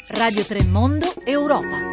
Radio Tremondo Europa.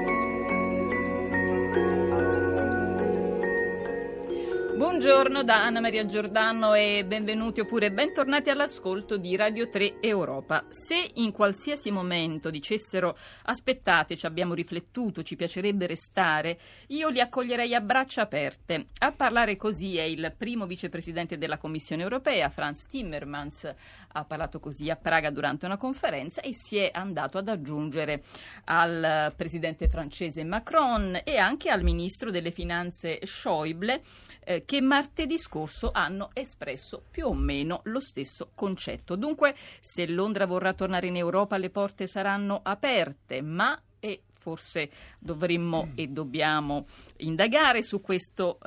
Buongiorno da Anna Maria Giordano e benvenuti oppure bentornati all'ascolto di Radio 3 Europa. Se in qualsiasi momento dicessero aspettate, ci abbiamo riflettuto, ci piacerebbe restare, io li accoglierei a braccia aperte. A parlare così è il primo vicepresidente della Commissione Europea, Frans Timmermans. Ha parlato così a Praga durante una conferenza e si è andato ad aggiungere al presidente francese Macron e anche al ministro delle finanze Schäuble, che martedì scorso hanno espresso più o meno lo stesso concetto. Dunque, se Londra vorrà tornare in Europa, le porte saranno aperte, e forse dovremmo e dobbiamo indagare su questo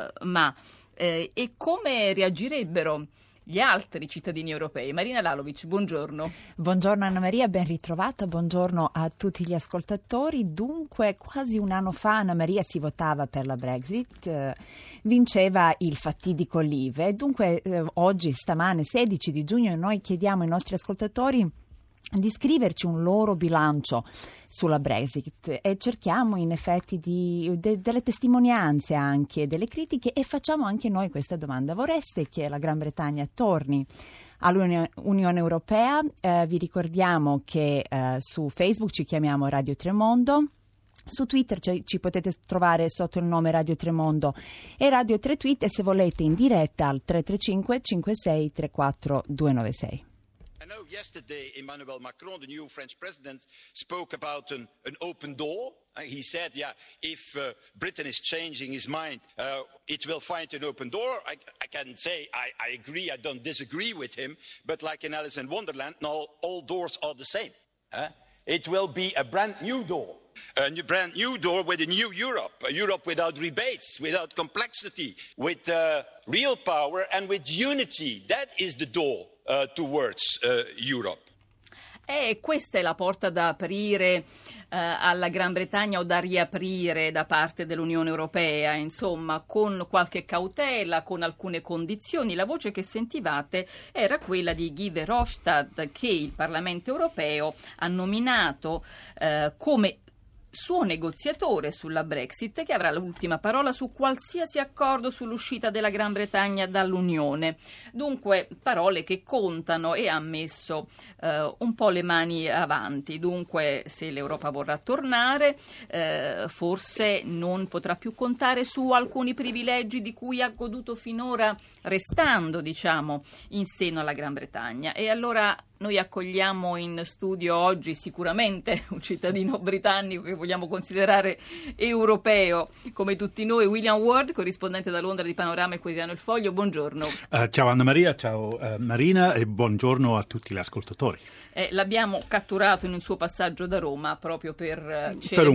e come reagirebbero gli altri cittadini europei. Marina Lalovic, buongiorno. Buongiorno Anna Maria, ben ritrovata, buongiorno a tutti gli ascoltatori. Dunque, quasi un anno fa Anna Maria si votava per la Brexit, vinceva il fatidico Leave. Dunque oggi, stamane, 16 di giugno, noi chiediamo ai nostri ascoltatori di scriverci un loro bilancio sulla Brexit e cerchiamo in effetti delle testimonianze, anche delle critiche, e facciamo anche noi questa domanda: vorreste che la Gran Bretagna torni all'Unione Europea? Vi ricordiamo che su Facebook ci chiamiamo Radio Tremondo. Su Twitter ci potete trovare sotto il nome Radio Tremondo e Radio 3 Tweet, e se volete in diretta al 335 56 34 296. I know yesterday Emmanuel Macron, the new French president, spoke about an open door. He said, if Britain is changing his mind, it will find an open door. I can say I agree, I don't disagree with him, but like in Alice in Wonderland, no, all doors are the same. It will be a brand new door. A brand new door with a new Europe, a Europe without rebates, without complexity, with real power and with unity. That is the door towards Europe. Questa è la porta da aprire alla Gran Bretagna, o da riaprire da parte dell'Unione Europea, insomma, con qualche cautela, con alcune condizioni. La voce che sentivate era quella di Guy Verhofstadt, che il Parlamento Europeo ha nominato come suo negoziatore sulla Brexit, che avrà l'ultima parola su qualsiasi accordo sull'uscita della Gran Bretagna dall'Unione. Dunque parole che contano, e ha messo un po' le mani avanti. Dunque, se l'Europa vorrà tornare, forse non potrà più contare su alcuni privilegi di cui ha goduto finora, restando, diciamo, in seno alla Gran Bretagna. E allora noi accogliamo in studio oggi sicuramente un cittadino britannico che vogliamo considerare europeo come tutti noi, William Ward, corrispondente da Londra di Panorama e Quotidiano Il Foglio. Buongiorno. Ciao Anna Maria, ciao Marina, e buongiorno a tutti gli ascoltatori. L'abbiamo catturato in un suo passaggio da Roma proprio per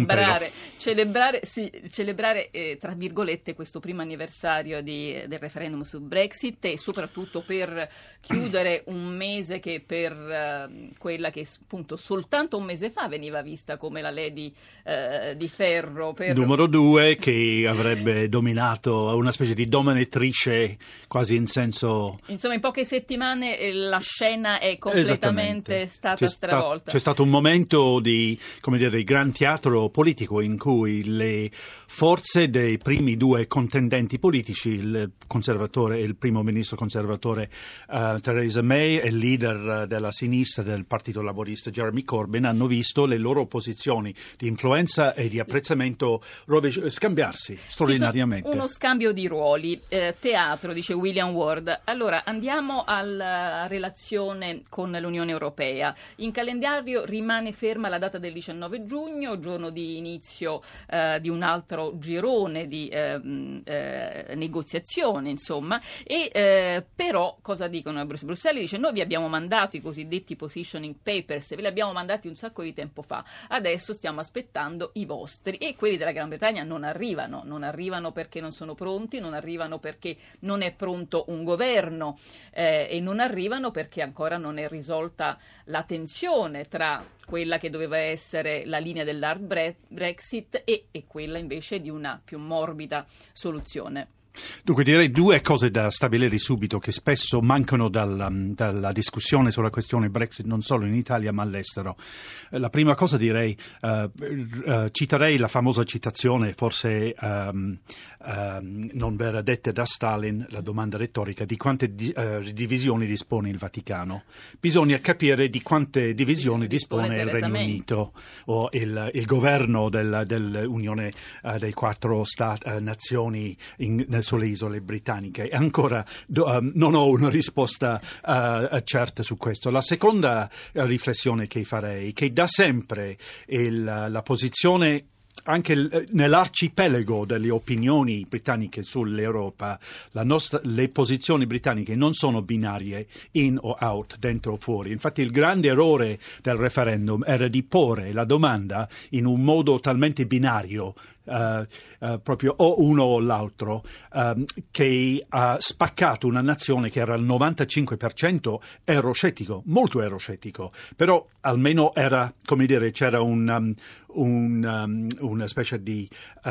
celebrare tra virgolette questo primo anniversario del referendum su Brexit, e soprattutto per chiudere un mese che per quella che appunto soltanto un mese fa veniva vista come la Lady di Ferro numero 2, che avrebbe dominato, una specie di dominatrice quasi in senso, insomma, in poche settimane la scena è completamente stata stravolta. C'è stato un momento di gran teatro politico in cui le forze dei primi due contendenti politici, il conservatore e il primo ministro conservatore Theresa May e il leader della sinistra del Partito Laborista Jeremy Corbyn, hanno visto le loro posizioni di influenza e di apprezzamento scambiarsi straordinariamente. Uno scambio di ruoli, teatro, dice William Ward. Allora andiamo alla relazione con l'Unione Europea. In calendario rimane ferma la data del 19 giugno, giorno di inizio di un altro girone di negoziazione, insomma, e però cosa dicono a Bruxelles? Bruxelles dice: noi vi abbiamo mandato i cosiddetti positioning papers, ve li abbiamo mandati un sacco di tempo fa, adesso stiamo aspettando i vostri, e quelli della Gran Bretagna non arrivano perché non sono pronti, non arrivano perché non è pronto un governo, e non arrivano perché ancora non è risolta la tensione tra quella che doveva essere la linea dell'hard Brexit e quella invece di una più morbida soluzione. Dunque direi due cose da stabilire subito che spesso mancano dalla discussione sulla questione Brexit non solo in Italia ma all'estero. La prima cosa direi, citerei la famosa citazione, forse non verrà detta da Stalin, la domanda retorica, di quante divisioni dispone il Vaticano. Bisogna capire di quante divisioni dispone il Regno Unito o il governo dell'Unione dei 4 nazioni sulle isole britanniche. E ancora non ho una risposta certa su questo. La seconda riflessione che farei, che da sempre la posizione anche nell'arcipelago delle opinioni britanniche sull'Europa, le posizioni britanniche non sono binarie, in o out, dentro o fuori. Infatti il grande errore del referendum era di porre la domanda in un modo talmente binario, proprio o uno o l'altro, che ha spaccato una nazione che era al 95% euroscettico, molto euroscettico, però almeno era, come dire, c'era una specie di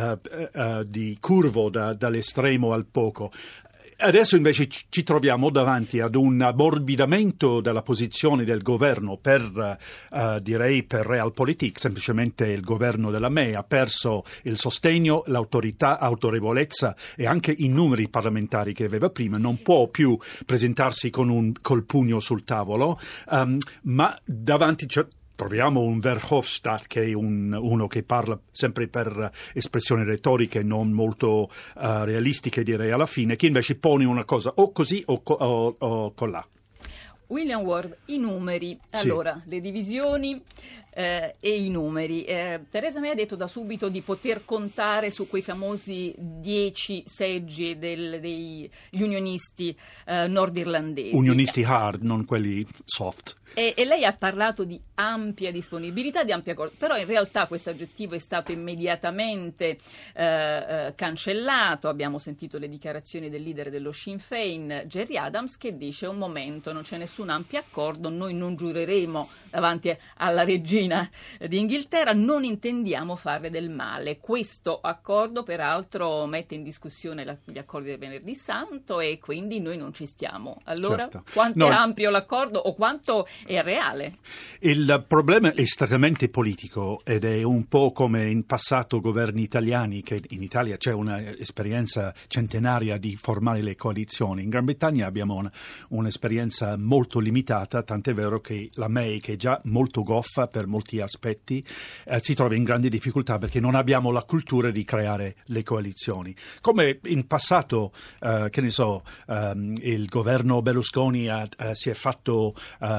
curvo dall'estremo al poco. Adesso invece ci troviamo davanti ad un ammorbidamento della posizione del governo direi per Realpolitik. Semplicemente il governo della May ha perso il sostegno, l'autorità, autorevolezza e anche i numeri parlamentari che aveva prima. Non può più presentarsi col pugno sul tavolo, ma davanti troviamo un Verhofstadt che è uno che parla sempre per espressioni retoriche non molto realistiche, direi, alla fine, che invece pone una cosa o così o colà. William Ward, i numeri. Allora, le divisioni e i numeri. Teresa May ha detto da subito di poter contare su quei famosi 10 seggi degli unionisti nordirlandesi. Unionisti hard, non quelli soft. E lei ha parlato di ampia disponibilità, di ampia accordo, però in realtà questo aggettivo è stato immediatamente cancellato. Abbiamo sentito le dichiarazioni del leader dello Sinn Féin, Gerry Adams, che dice: un momento, non c'è nessun ampio accordo, noi non giureremo davanti alla regina d'Inghilterra, non intendiamo farle del male. Questo accordo peraltro mette in discussione gli accordi del Venerdì Santo e quindi noi non ci stiamo. Allora, certo. Quanto è ampio l'accordo o quanto è reale? Il problema è strettamente politico ed è un po' come in passato governi italiani, che in Italia c'è un'esperienza centenaria di formare le coalizioni. In Gran Bretagna abbiamo un'esperienza molto limitata, tant'è vero che la May, che è già molto goffa per molti aspetti, si trova in grandi difficoltà perché non abbiamo la cultura di creare le coalizioni. Come in passato, che ne so, il governo Berlusconi si è fatto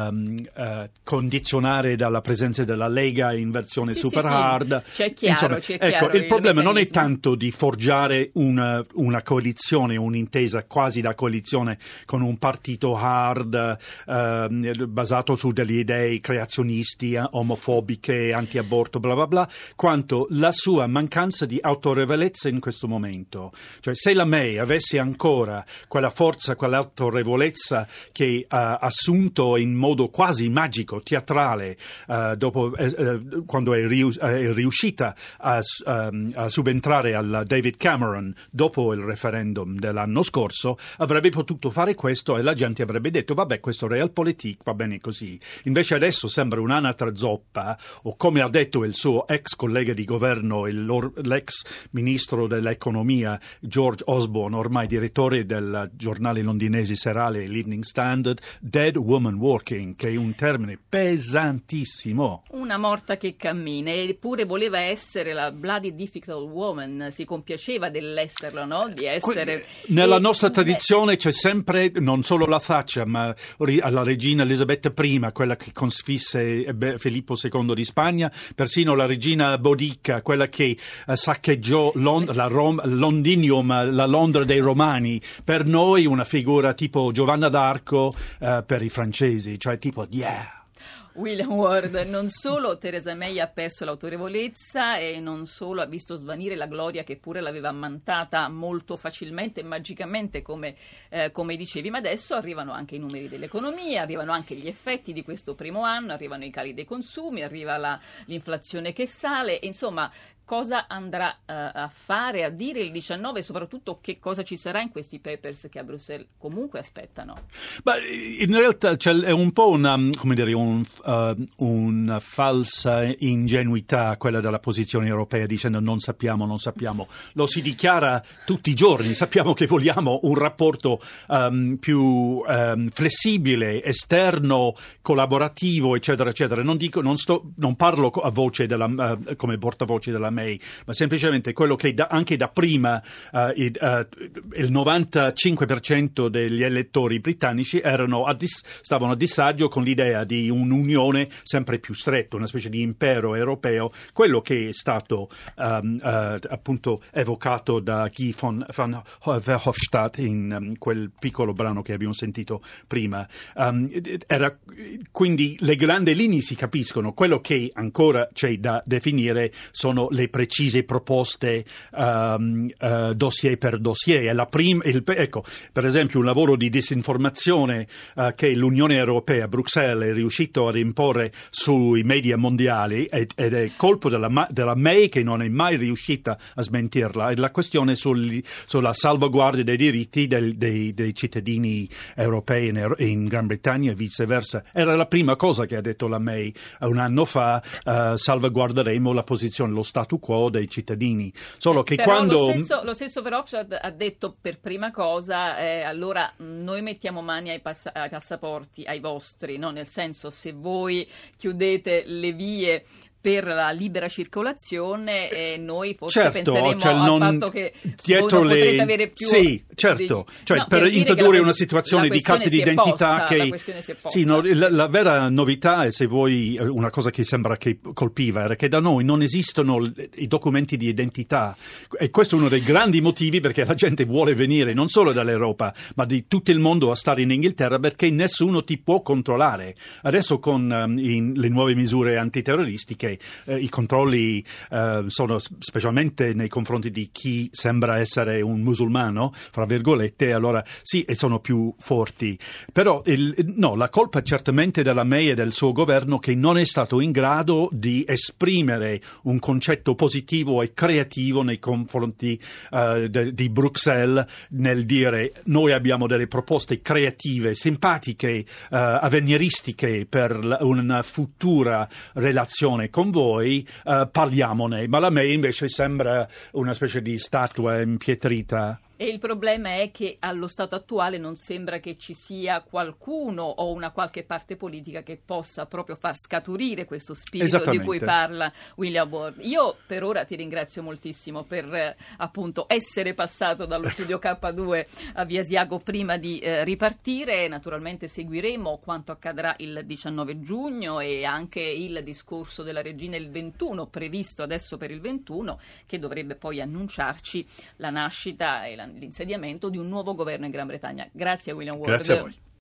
condizionare dalla presenza della Lega in versione super hard. C'è chiaro, c'è chiaro. Il problema non è tanto di forgiare una coalizione, un'intesa quasi da coalizione con un partito hard basato su delle idee creazionisti, omofobiche, anti-aborto, bla bla bla, quanto la sua mancanza di autorevolezza in questo momento. Cioè, se la May avesse ancora quella forza, quell'autorevolezza che ha assunto in modo quasi magico, teatrale, dopo quando è riuscita a subentrare al David Cameron dopo il referendum dell'anno scorso, avrebbe potuto fare questo e la gente avrebbe detto: vabbè, questo Realpolitik va bene così. Invece adesso sembra un'anatra zoppa, o come ha detto il suo ex collega di governo, l'ex ministro dell'economia George Osborne, ormai direttore del giornale londinese serale l'Evening Standard, dead woman walking, che è un termine pesantissimo. Una morta che cammina, eppure voleva essere la bloody difficult woman, si compiaceva dell'esserlo, no? Di essere. Nella nostra tradizione c'è sempre non solo la Thatcher, ma la regina Elisabetta I, quella che sconfisse Filippo II di Spagna, persino la regina Boudica, quella che saccheggiò Londinium, la Londra dei Romani. Per noi una figura tipo Giovanna d'Arco, per i francesi, cioè tipo William Ward, non solo Theresa May ha perso l'autorevolezza e non solo ha visto svanire la gloria che pure l'aveva ammantata molto facilmente e magicamente come dicevi, ma adesso arrivano anche i numeri dell'economia, arrivano anche gli effetti di questo primo anno, arrivano i cali dei consumi, arriva l'inflazione che sale, insomma cosa andrà a fare, a dire il 19 e soprattutto che cosa ci sarà in questi papers che a Bruxelles comunque aspettano? In realtà è un po' una falsa ingenuità quella della posizione europea, dicendo non sappiamo. Lo si dichiara tutti i giorni, sappiamo che vogliamo un rapporto più flessibile, esterno, collaborativo, eccetera, eccetera. Non parlo a voce come portavoce della May, ma semplicemente quello che anche da prima il 95% degli elettori britannici stavano a disagio con l'idea di un'unione sempre più stretta, una specie di impero europeo, quello che è stato appunto evocato da Guy van Verhofstadt in quel piccolo brano che abbiamo sentito prima. Quindi le grandi linee si capiscono, quello che ancora c'è da definire sono le precise proposte dossier per dossier. Ecco, per esempio un lavoro di disinformazione che l'Unione Europea, Bruxelles, è riuscito ad imporre sui media mondiali ed è colpo della May, che non è mai riuscita a smentirla. È la questione sulla salvaguardia dei diritti dei cittadini europei in Gran Bretagna e viceversa. Era la prima cosa che ha detto la May un anno fa: salvaguarderemo la posizione, lo statu quo dei cittadini. Solo che però quando lo stesso Verhofstadt ha detto per prima cosa allora noi mettiamo mani ai passaporti, ai vostri, no? Nel senso, se voi chiudete le vie per la libera circolazione noi forse penseremo al fatto che dietro voi non potrete avere più... Sì, certo, per introdurre una situazione di carta d'identità la questione si è posta. Sì, no, la vera novità è, se vuoi, una cosa che sembra che colpiva, era che da noi non esistono i documenti di identità, e questo è uno dei grandi motivi perché la gente vuole venire non solo dall'Europa ma di tutto il mondo a stare in Inghilterra, perché nessuno ti può controllare. Adesso con le nuove misure antiterroristiche i controlli sono specialmente nei confronti di chi sembra essere un musulmano, fra virgolette, allora sì, e sono più forti. Però la colpa è certamente della May e del suo governo, che non è stato in grado di esprimere un concetto positivo e creativo nei confronti di Bruxelles, nel dire: noi abbiamo delle proposte creative, simpatiche, avveniristiche per una futura relazione con voi, parliamone. Ma la May invece sembra una specie di statua impietrita. E il problema è che allo stato attuale non sembra che ci sia qualcuno o una qualche parte politica che possa proprio far scaturire questo spirito di cui parla William Ward. Io per ora ti ringrazio moltissimo per appunto essere passato dallo studio K2 a Via Asiago prima di ripartire. Naturalmente seguiremo quanto accadrà il 19 giugno e anche il discorso della regina il 21, previsto adesso per il 21, che dovrebbe poi annunciarci la nascita e l'insediamento di un nuovo governo in Gran Bretagna. Grazie a William Ward. Grazie a voi.